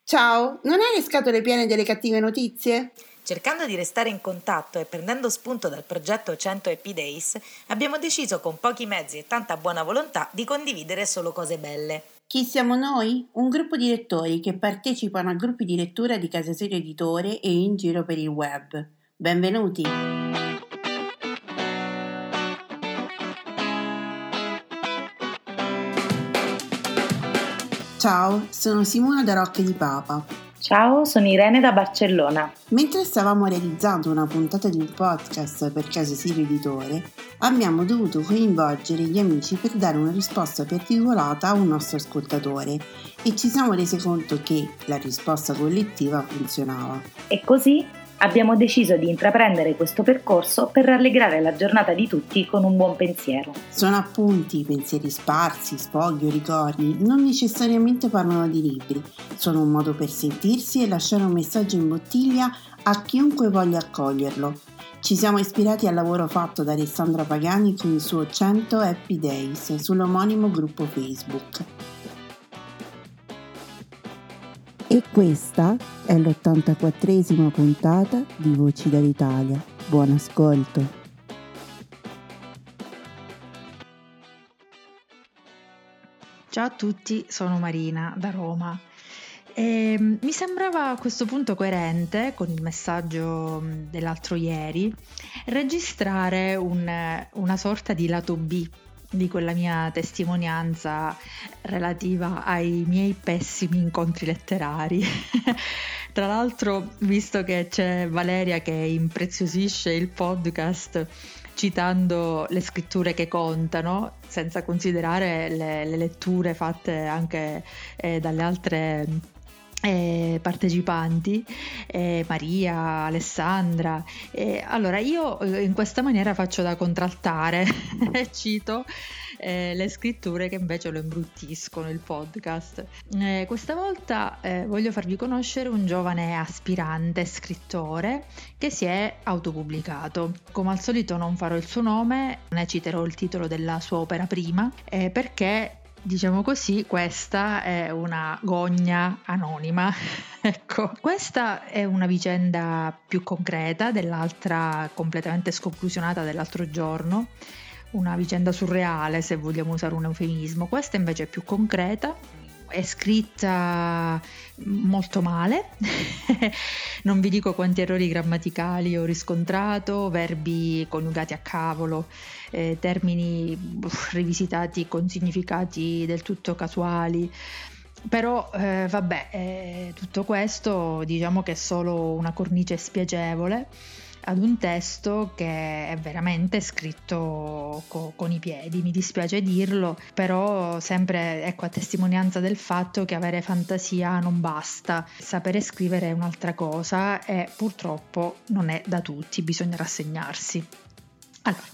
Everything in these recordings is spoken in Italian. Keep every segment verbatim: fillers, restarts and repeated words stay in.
Ciao, non hai le scatole piene delle cattive notizie? Cercando di restare in contatto e prendendo spunto dal progetto cento Happy Days, abbiamo deciso con pochi mezzi e tanta buona volontà di condividere solo cose belle. Chi siamo noi? Un gruppo di lettori che partecipano a gruppi di lettura di Casa Serio Editore e in giro per il web. Benvenuti! Ciao, sono Simona da Rocche di Papa. Ciao, sono Irene da Barcellona. Mentre stavamo realizzando una puntata di un podcast per Casa Serio Editore, abbiamo dovuto coinvolgere gli amici per dare una risposta più articolata a un nostro ascoltatore e ci siamo resi conto che la risposta collettiva funzionava. E così abbiamo deciso di intraprendere questo percorso per rallegrare la giornata di tutti con un buon pensiero. Sono appunti, pensieri sparsi, sfoghi o ricordi, non necessariamente parlano di libri, sono un modo per sentirsi e lasciare un messaggio in bottiglia a chiunque voglia accoglierlo. Ci siamo ispirati al lavoro fatto da Alessandra Pagani con il suo cento Happy Days sull'omonimo gruppo Facebook. E questa è l'ottantaquattresima puntata di Voci dall'Italia. Buon ascolto! Ciao a tutti, sono Marina da Roma. E mi sembrava a questo punto coerente con il messaggio dell'altro ieri registrare un, una sorta di lato B di quella mia testimonianza relativa ai miei pessimi incontri letterari. Tra l'altro, visto che c'è Valeria che impreziosisce il podcast citando le scritture che contano, senza considerare le, le letture fatte anche eh, dalle altre eh, partecipanti, eh, Maria, Alessandra, eh, allora io in questa maniera faccio da contraltare e cito eh, le scritture che invece lo imbruttiscono il podcast. Eh, questa volta eh, voglio farvi conoscere un giovane aspirante scrittore che si è autopubblicato. Come al solito non farò il suo nome, ne citerò il titolo della sua opera prima, eh, perché diciamo così, questa è una gogna anonima. Ecco, questa è una vicenda più concreta dell'altra completamente sconclusionata dell'altro giorno, una vicenda surreale se vogliamo usare un eufemismo. Questa invece è più concreta, è scritta molto male, non vi dico quanti errori grammaticali ho riscontrato, verbi coniugati a cavolo, eh, termini uff, rivisitati con significati del tutto casuali, però eh, vabbè, eh, tutto questo diciamo che è solo una cornice spiacevole ad un testo che è veramente scritto co- con i piedi, mi dispiace dirlo, però sempre ecco a testimonianza del fatto che avere fantasia non basta, sapere scrivere è un'altra cosa e purtroppo non è da tutti, bisogna rassegnarsi. Allora,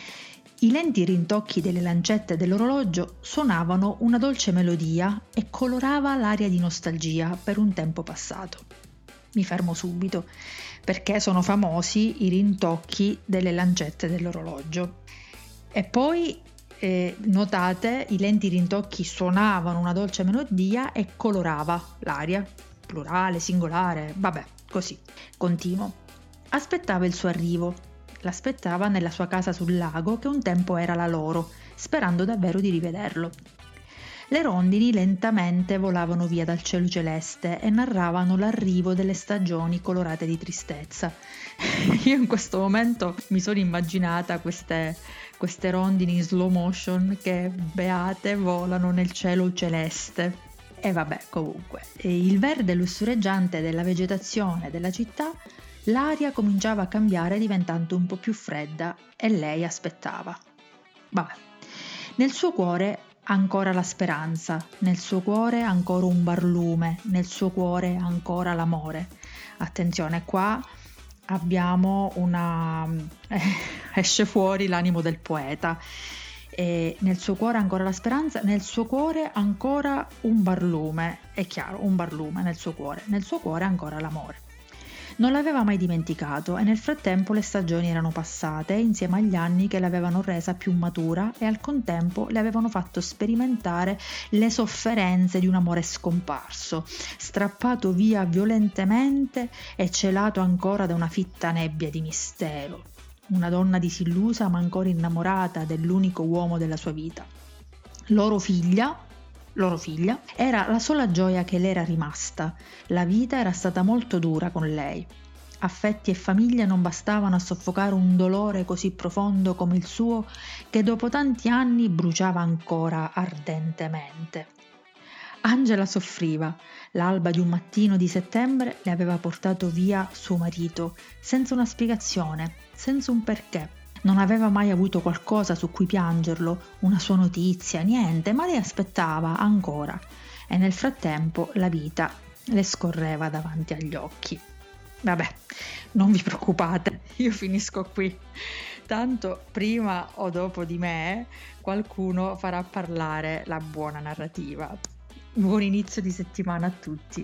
i lenti rintocchi delle lancette dell'orologio suonavano una dolce melodia e colorava l'aria di nostalgia per un tempo passato. Mi fermo subito, perché sono famosi i rintocchi delle lancette dell'orologio. E poi, eh, notate, i lenti rintocchi suonavano una dolce melodia e colorava l'aria, plurale, singolare, vabbè, così. Continuo. Aspettava il suo arrivo. L'aspettava nella sua casa sul lago, che un tempo era la loro, sperando davvero di rivederlo. Le rondini lentamente volavano via dal cielo celeste e narravano l'arrivo delle stagioni colorate di tristezza. Io in questo momento mi sono immaginata queste, queste rondini in slow motion che beate volano nel cielo celeste. E vabbè, comunque, il verde lussureggiante della vegetazione della città, l'aria cominciava a cambiare diventando un po' più fredda e lei aspettava. Vabbè, nel suo cuore ancora la speranza, nel suo cuore ancora un barlume, nel suo cuore ancora l'amore. Attenzione, qua abbiamo una... Eh, esce fuori l'animo del poeta. E nel suo cuore ancora la speranza, nel suo cuore ancora un barlume, è chiaro, un barlume nel suo cuore, nel suo cuore ancora l'amore. Non l'aveva mai dimenticato e nel frattempo le stagioni erano passate insieme agli anni che l'avevano resa più matura e al contempo le avevano fatto sperimentare le sofferenze di un amore scomparso, strappato via violentemente e celato ancora da una fitta nebbia di mistero. Una donna disillusa ma ancora innamorata dell'unico uomo della sua vita. Loro figlia Loro figlia era la sola gioia che le era rimasta. La vita era stata molto dura con lei. Affetti e famiglia non bastavano a soffocare un dolore così profondo come il suo, che dopo tanti anni bruciava ancora ardentemente. Angela soffriva. L'alba di un mattino di settembre le aveva portato via suo marito, senza una spiegazione, senza un perché. Non aveva mai avuto qualcosa su cui piangerlo, una sua notizia, niente, ma lei aspettava ancora e nel frattempo la vita le scorreva davanti agli occhi. Vabbè, non vi preoccupate, io finisco qui. Tanto prima o dopo di me qualcuno farà parlare la buona narrativa. Buon inizio di settimana a tutti.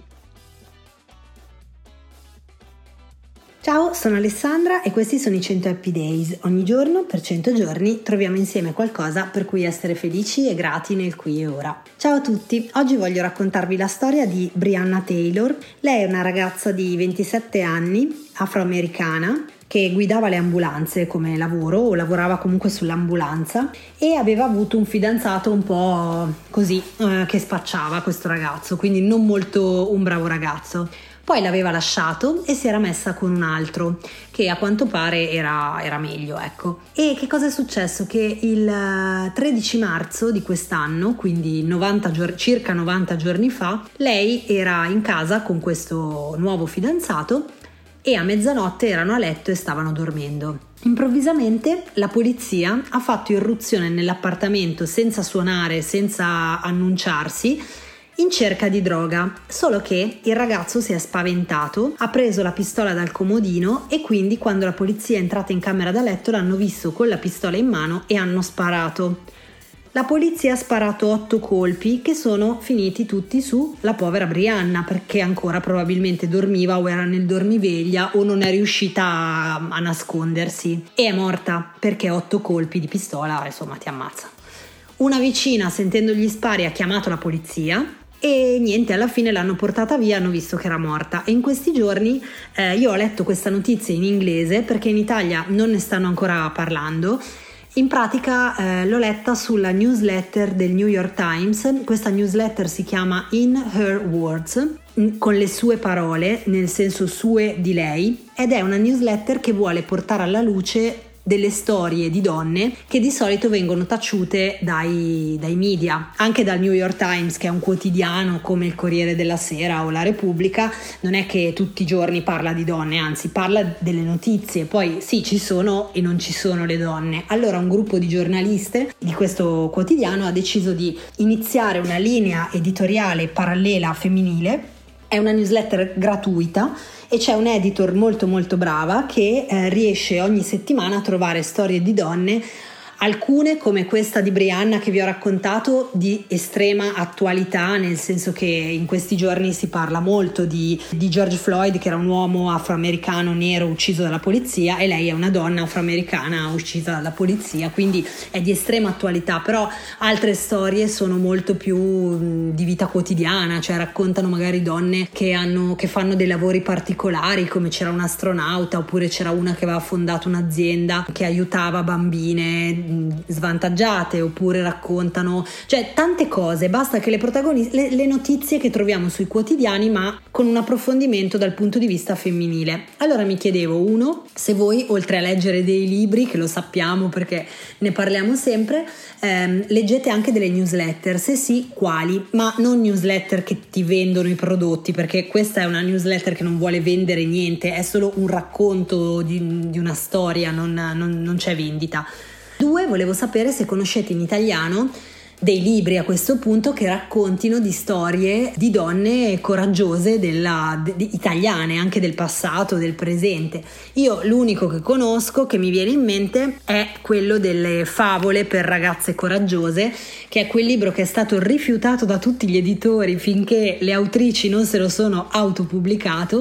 Ciao, sono Alessandra e questi sono i cento Happy Days. Ogni giorno, per cento giorni, troviamo insieme qualcosa per cui essere felici e grati nel qui e ora. Ciao a tutti, oggi voglio raccontarvi la storia di Breonna Taylor. Lei è una ragazza di ventisette anni, afroamericana, che guidava le ambulanze come lavoro o lavorava comunque sull'ambulanza e aveva avuto un fidanzato un po' così, eh, che spacciava questo ragazzo, quindi non molto un bravo ragazzo. Poi l'aveva lasciato e si era messa con un altro che a quanto pare era, era meglio, ecco. E che cosa è successo? Che il tredici marzo di quest'anno, quindi novanta giorni, circa novanta giorni fa, lei era in casa con questo nuovo fidanzato e a mezzanotte erano a letto e stavano dormendo. Improvvisamente la polizia ha fatto irruzione nell'appartamento senza suonare, senza annunciarsi, in cerca di droga, solo che il ragazzo si è spaventato, ha preso la pistola dal comodino e quindi quando la polizia è entrata in camera da letto l'hanno visto con la pistola in mano e hanno sparato. La polizia ha sparato otto colpi che sono finiti tutti sulla povera Breonna perché ancora probabilmente dormiva o era nel dormiveglia o non è riuscita a, a nascondersi e è morta perché otto colpi di pistola insomma ti ammazza. Una vicina sentendo gli spari ha chiamato la polizia e niente, alla fine l'hanno portata via, hanno visto che era morta e in questi giorni eh, io ho letto questa notizia in inglese perché in Italia non ne stanno ancora parlando. In pratica eh, l'ho letta sulla newsletter del New York Times. Questa newsletter si chiama In Her Words, con le sue parole, nel senso sue di lei, ed è una newsletter che vuole portare alla luce delle storie di donne che di solito vengono taciute dai, dai media, anche dal New York Times, che è un quotidiano come il Corriere della Sera o la Repubblica. Non è che tutti i giorni parla di donne, anzi parla delle notizie, poi sì, ci sono e non ci sono le donne. Allora un gruppo di giornaliste di questo quotidiano ha deciso di iniziare una linea editoriale parallela femminile. È una newsletter gratuita e c'è un editor molto molto brava che eh, riesce ogni settimana a trovare storie di donne, alcune come questa di Breonna che vi ho raccontato di estrema attualità, nel senso che in questi giorni si parla molto di, di George Floyd, che era un uomo afroamericano nero ucciso dalla polizia, e lei è una donna afroamericana uccisa dalla polizia, quindi è di estrema attualità. Però altre storie sono molto più mh, di vita quotidiana, cioè raccontano magari donne che, hanno, che fanno dei lavori particolari, come c'era un astronauta oppure c'era una che aveva fondato un'azienda che aiutava bambine svantaggiate, oppure raccontano, cioè tante cose. Basta che le protagoniste, le, le notizie che troviamo sui quotidiani, ma con un approfondimento dal punto di vista femminile. Allora mi chiedevo, uno, se voi oltre a leggere dei libri, che lo sappiamo perché ne parliamo sempre, ehm, leggete anche delle newsletter, se sì quali, ma non newsletter che ti vendono i prodotti, perché questa è una newsletter che non vuole vendere niente, è solo un racconto di, di una storia, non, non, non c'è vendita. Due, volevo sapere se conoscete in italiano dei libri a questo punto che raccontino di storie di donne coraggiose della, de, de, italiane, anche del passato, del presente. Io l'unico che conosco, che mi viene in mente, è quello delle favole per ragazze coraggiose, che è quel libro che è stato rifiutato da tutti gli editori finché le autrici non se lo sono autopubblicato,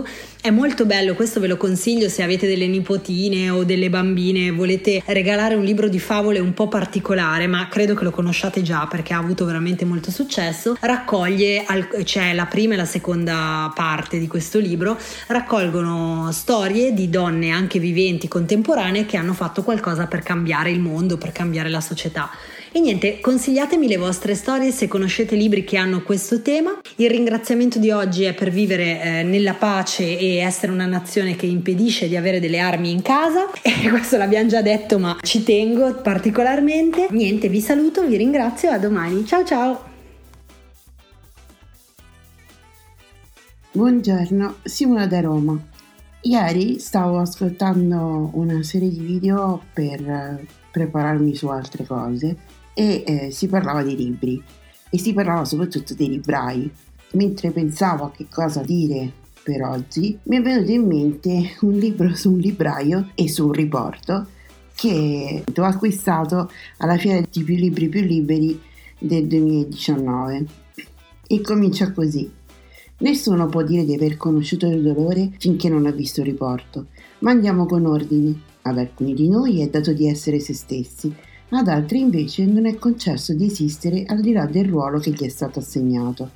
È molto bello, questo ve lo consiglio se avete delle nipotine o delle bambine e volete regalare un libro di favole un po' particolare, ma credo che lo conosciate già perché ha avuto veramente molto successo. Raccoglie, c'è la prima e la seconda parte di questo libro, raccolgono storie di donne anche viventi contemporanee che hanno fatto qualcosa per cambiare il mondo, per cambiare la società. E niente, consigliatemi le vostre storie se conoscete libri che hanno questo tema. Il ringraziamento di oggi è per vivere eh, nella pace e essere una nazione che impedisce di avere delle armi in casa, e questo l'abbiamo già detto ma ci tengo particolarmente. Niente, vi saluto, vi ringrazio, a domani, ciao ciao! Buongiorno, Simona da Roma. Ieri stavo ascoltando una serie di video per prepararmi su altre cose e eh, si parlava di libri e si parlava soprattutto dei librai. Mentre pensavo a che cosa dire per oggi, mi è venuto in mente un libro su un libraio e su un riporto che ho acquistato alla fiera di Più Libri Più Liberi del duemiladiciannove, e comincia così. Nessuno può dire di aver conosciuto il dolore finché non ha visto il riporto, ma andiamo con ordine. Ad alcuni di noi è dato di essere se stessi, ad altri invece non è concesso di esistere al di là del ruolo che gli è stato assegnato.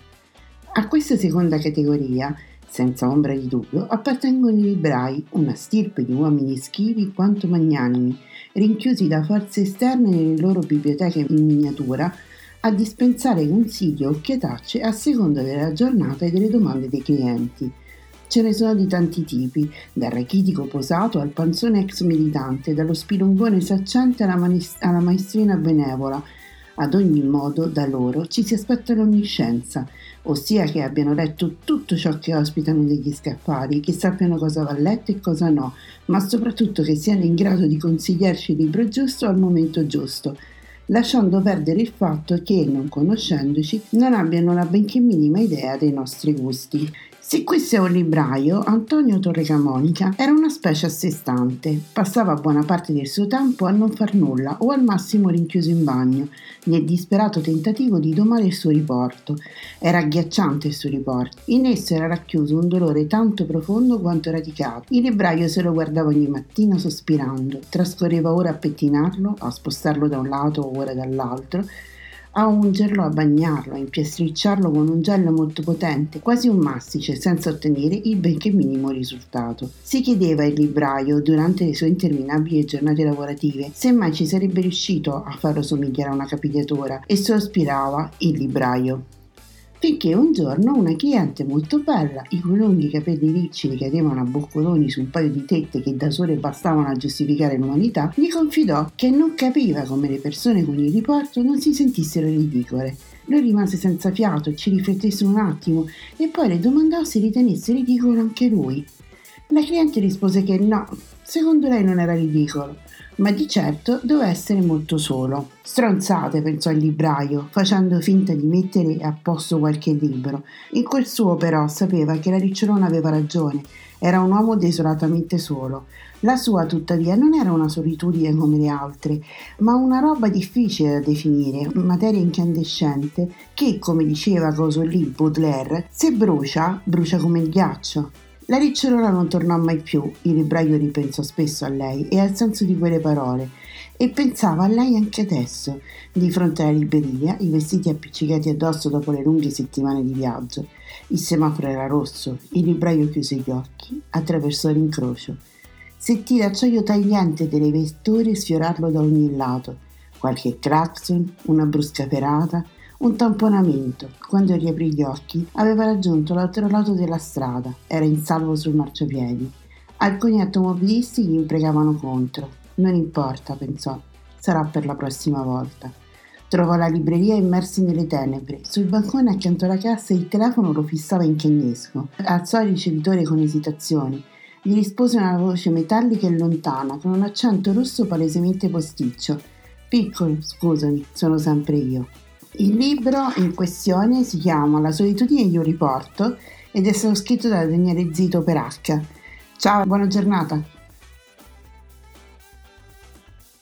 A questa seconda categoria, senza ombra di dubbio, appartengono i librai, una stirpe di uomini schivi quanto magnanimi, rinchiusi da forze esterne nelle loro biblioteche in miniatura, a dispensare consigli o occhiatacce a seconda della giornata e delle domande dei clienti. Ce ne sono di tanti tipi, dal rachitico posato al panzone ex militante, dallo spilungone saccente alla, manes- alla maestrina benevola. Ad ogni modo, da loro ci si aspetta l'onniscienza, ossia che abbiano letto tutto ciò che ospitano degli scaffali, che sappiano cosa va letto e cosa no, ma soprattutto che siano in grado di consigliarci il libro giusto al momento giusto, lasciando perdere il fatto che, non conoscendoci, non abbiano la benché minima idea dei nostri gusti. Se questo è un libraio, Antonio Torrecamonica era una specie a sé stante. Passava buona parte del suo tempo a non far nulla o al massimo rinchiuso in bagno, nel disperato tentativo di domare il suo riporto. Era agghiacciante il suo riporto. In esso era racchiuso un dolore tanto profondo quanto radicato. Il libraio se lo guardava ogni mattina sospirando. Trascorreva ore a pettinarlo, a spostarlo da un lato o ora dall'altro, a ungerlo, a bagnarlo, a impiestricciarlo con un gel molto potente, quasi un mastice, senza ottenere il benché minimo risultato. Si chiedeva il libraio, durante le sue interminabili giornate lavorative, se mai ci sarebbe riuscito a farlo somigliare a una capigliatura, e sospirava il libraio. Finché un giorno una cliente molto bella, i cui lunghi capelli ricci le cadevano a boccoloni su un paio di tette che da sole bastavano a giustificare l'umanità, gli confidò che non capiva come le persone con il riporto non si sentissero ridicole. Lui rimase senza fiato, ci riflettesse un attimo e poi le domandò se ritenesse ridicolo anche lui. La cliente rispose che no, secondo lei non era ridicolo, ma di certo doveva essere molto solo. Stronzate, pensò il libraio, facendo finta di mettere a posto qualche libro. In quel suo però sapeva che la ricciolona aveva ragione, era un uomo desolatamente solo. La sua, tuttavia, non era una solitudine come le altre, ma una roba difficile da definire, materia incandescente che, come diceva coso lì Baudelaire, se brucia, brucia come il ghiaccio. La ricciolona non tornò mai più, il libraio ripensò spesso a lei e al senso di quelle parole, e pensava a lei anche adesso, di fronte alla libreria, i vestiti appiccicati addosso dopo le lunghe settimane di viaggio. Il semaforo era rosso, il libraio chiuse gli occhi, attraversò l'incrocio. Sentì l'acciaio tagliente delle vetture sfiorarlo da ogni lato, qualche clacson, una brusca ferata, un tamponamento. Quando riaprì gli occhi aveva raggiunto l'altro lato della strada, era in salvo sul marciapiedi. Alcuni automobilisti gli imprecavano contro. Non importa, pensò, sarà per la prossima volta. Trovò la libreria immersa nelle tenebre. Sul bancone accanto alla cassa il telefono lo fissava in cagnesco. Alzò il ricevitore con esitazione. Gli rispose una voce metallica e lontana, con un accento rosso palesemente posticcio. Piccolo, scusami, sono sempre io. Il libro in questione si chiama La solitudine di un riporto ed è stato scritto da Daniele Zito per H. Ciao, buona giornata!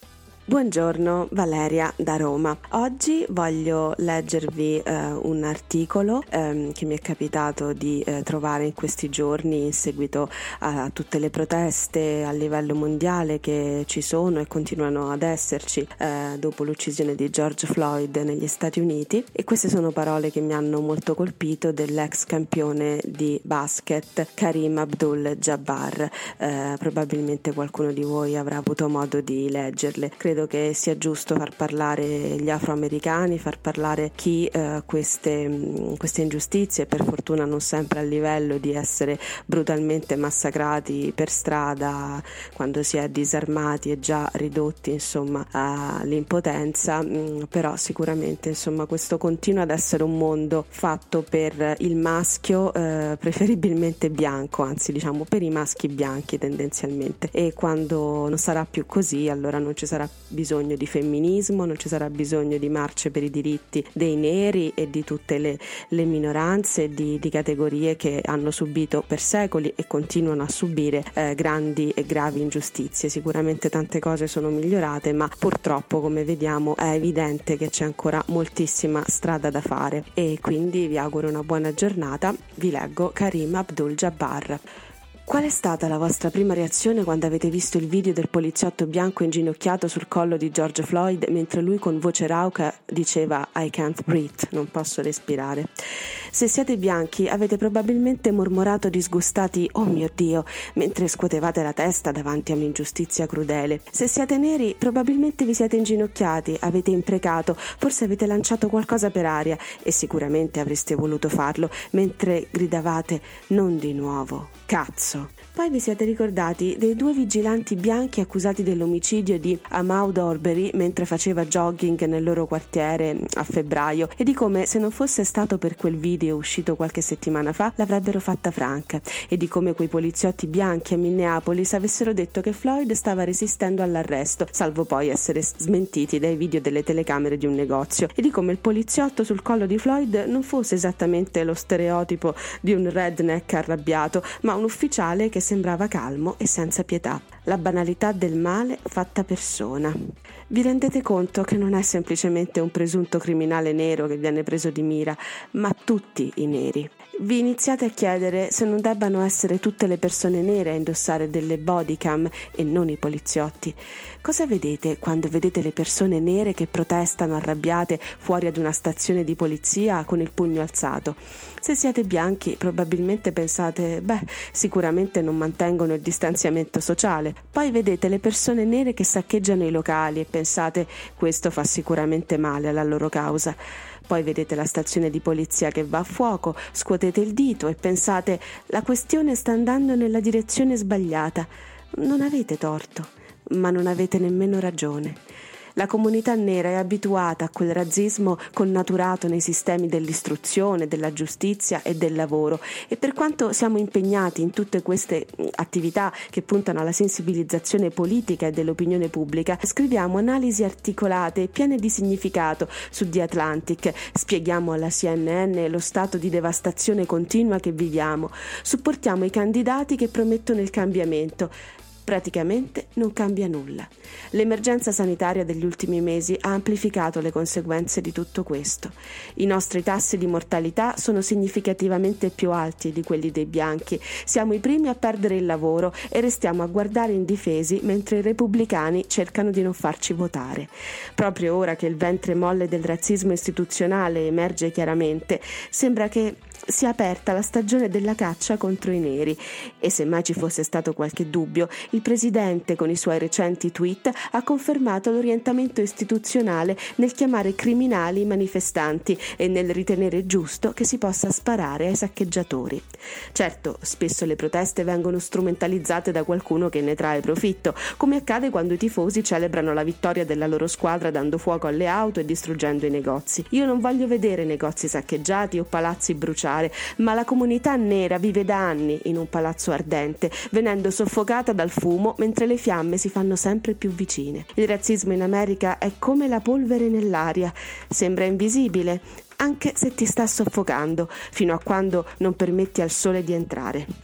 Buongiorno, Valeria da Roma. Oggi voglio leggervi eh, un articolo ehm, che mi è capitato di eh, trovare in questi giorni in seguito a tutte le proteste a livello mondiale che ci sono e continuano ad esserci eh, dopo l'uccisione di George Floyd negli Stati Uniti, e queste sono parole che mi hanno molto colpito dell'ex campione di basket Kareem Abdul-Jabbar. Eh, probabilmente qualcuno di voi avrà avuto modo di leggerle. Credo che sia giusto far parlare gli afroamericani, far parlare chi eh, queste, queste ingiustizie, per fortuna non sempre a livello di essere brutalmente massacrati per strada quando si è disarmati e già ridotti insomma all'impotenza, mh, però sicuramente insomma questo continua ad essere un mondo fatto per il maschio eh, preferibilmente bianco, anzi diciamo per i maschi bianchi tendenzialmente, e quando non sarà più così allora non ci sarà bisogno di femminismo, non ci sarà bisogno di marce per i diritti dei neri e di tutte le, le minoranze di, di categorie che hanno subito per secoli e continuano a subire eh, grandi e gravi ingiustizie. Sicuramente tante cose sono migliorate, ma purtroppo, come vediamo, è evidente che c'è ancora moltissima strada da fare, e quindi vi auguro una buona giornata. Vi leggo Kareem Abdul-Jabbar. Qual è stata la vostra prima reazione quando avete visto il video del poliziotto bianco inginocchiato sul collo di George Floyd mentre lui con voce rauca diceva I can't breathe, non posso respirare? Se siete bianchi avete probabilmente mormorato disgustati oh mio Dio mentre scuotevate la testa davanti a un'ingiustizia crudele. Se siete neri probabilmente vi siete inginocchiati, avete imprecato, forse avete lanciato qualcosa per aria e sicuramente avreste voluto farlo mentre gridavate non di nuovo, cazzo. Poi vi siete ricordati dei due vigilanti bianchi accusati dell'omicidio di Ahmaud Arbery mentre faceva jogging nel loro quartiere a febbraio, e di come se non fosse stato per quel video uscito qualche settimana fa l'avrebbero fatta franca, e di come quei poliziotti bianchi a Minneapolis avessero detto che Floyd stava resistendo all'arresto, salvo poi essere smentiti dai video delle telecamere di un negozio, e di come il poliziotto sul collo di Floyd non fosse esattamente lo stereotipo di un redneck arrabbiato, ma un ufficiale che sembrava calmo e senza pietà. La banalità del male fatta persona. Vi rendete conto che non è semplicemente un presunto criminale nero che viene preso di mira, ma tutti i neri. Vi iniziate a chiedere se non debbano essere tutte le persone nere a indossare delle bodycam e non i poliziotti. Cosa vedete quando vedete le persone nere che protestano arrabbiate fuori ad una stazione di polizia con il pugno alzato? Se siete bianchi probabilmente pensate, beh, sicuramente non mantengono il distanziamento sociale. Poi vedete le persone nere che saccheggiano i locali e pensate, questo fa sicuramente male alla loro causa. Poi vedete la stazione di polizia che va a fuoco, scuotete il dito e pensate, la questione sta andando nella direzione sbagliata. Non avete torto, ma non avete nemmeno ragione. La comunità nera è abituata a quel razzismo connaturato nei sistemi dell'istruzione, della giustizia e del lavoro, e per quanto siamo impegnati in tutte queste attività che puntano alla sensibilizzazione politica e dell'opinione pubblica, scriviamo analisi articolate e piene di significato su The Atlantic, spieghiamo alla C N N lo stato di devastazione continua che viviamo, supportiamo i candidati che promettono il cambiamento. Praticamente non cambia nulla. L'emergenza sanitaria degli ultimi mesi ha amplificato le conseguenze di tutto questo. I nostri tassi di mortalità sono significativamente più alti di quelli dei bianchi. Siamo i primi a perdere il lavoro e restiamo a guardare indifesi mentre i repubblicani cercano di non farci votare. Proprio ora che il ventre molle del razzismo istituzionale emerge chiaramente, sembra che sia aperta la stagione della caccia contro i neri, e se mai ci fosse stato qualche dubbio, il presidente con i suoi recenti tweet ha confermato l'orientamento istituzionale nel chiamare criminali i manifestanti e nel ritenere giusto che si possa sparare ai saccheggiatori. Certo, spesso le proteste vengono strumentalizzate da qualcuno che ne trae profitto, come accade quando i tifosi celebrano la vittoria della loro squadra dando fuoco alle auto e distruggendo i negozi. Io non voglio vedere negozi saccheggiati o palazzi bruciati, ma la comunità nera vive da anni in un palazzo ardente, venendo soffocata dal fumo mentre le fiamme si fanno sempre più vicine. Il razzismo in America è come la polvere nell'aria, sembra invisibile, anche se ti sta soffocando, fino a quando non permetti al sole di entrare.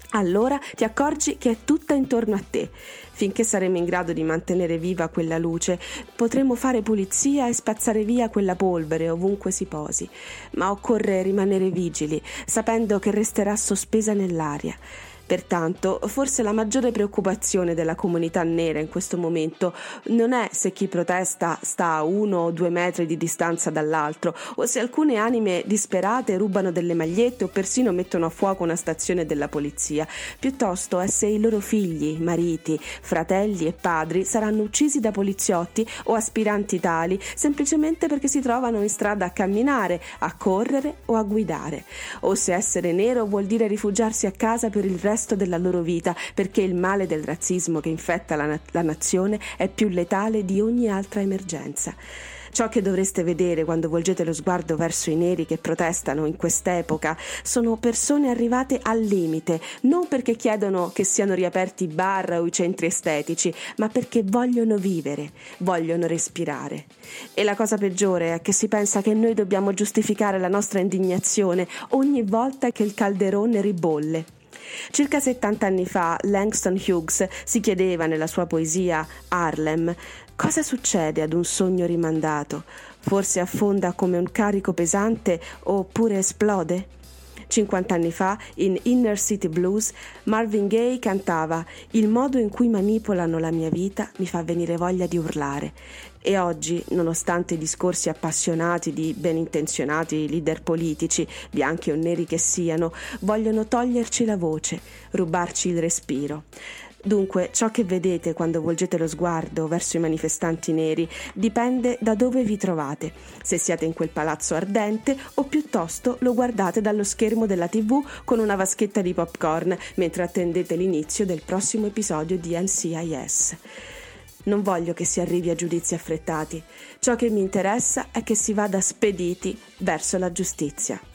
allora ti accorgi che è tutta intorno a te. Finché saremo in grado di mantenere viva quella luce, potremo fare pulizia e spazzare via quella polvere ovunque si posi, ma occorre rimanere vigili, sapendo che resterà sospesa nell'aria. Pertanto, forse la maggiore preoccupazione della comunità nera in questo momento non è se chi protesta sta a uno o due metri di distanza dall'altro, o se alcune anime disperate rubano delle magliette o persino mettono a fuoco una stazione della polizia. Piuttosto è se i loro figli, mariti, fratelli e padri saranno uccisi da poliziotti o aspiranti tali semplicemente perché si trovano in strada a camminare, a correre o a guidare, o se essere nero vuol dire rifugiarsi a casa per il resto della loro vita, perché il male del razzismo che infetta la, na- la nazione è più letale di ogni altra emergenza. Ciò che dovreste vedere quando volgete lo sguardo verso i neri che protestano in quest'epoca sono persone arrivate al limite, non perché chiedono che siano riaperti i bar o i centri estetici, ma perché vogliono vivere, vogliono respirare. E la cosa peggiore è che si pensa che noi dobbiamo giustificare la nostra indignazione ogni volta che il calderone ribolle. Circa settanta anni fa Langston Hughes si chiedeva nella sua poesia Harlem: cosa succede ad un sogno rimandato? Forse affonda come un carico pesante oppure esplode? cinquanta anni fa, in Inner City Blues, Marvin Gaye cantava: il modo in cui manipolano la mia vita mi fa venire voglia di urlare. E oggi, nonostante i discorsi appassionati di ben intenzionati leader politici, bianchi o neri che siano, vogliono toglierci la voce, rubarci il respiro. Dunque, ciò che vedete quando volgete lo sguardo verso i manifestanti neri dipende da dove vi trovate, se siete in quel palazzo ardente o piuttosto lo guardate dallo schermo della tivù con una vaschetta di popcorn mentre attendete l'inizio del prossimo episodio di N C I S. Non voglio che si arrivi a giudizi affrettati. Ciò che mi interessa è che si vada spediti verso la giustizia.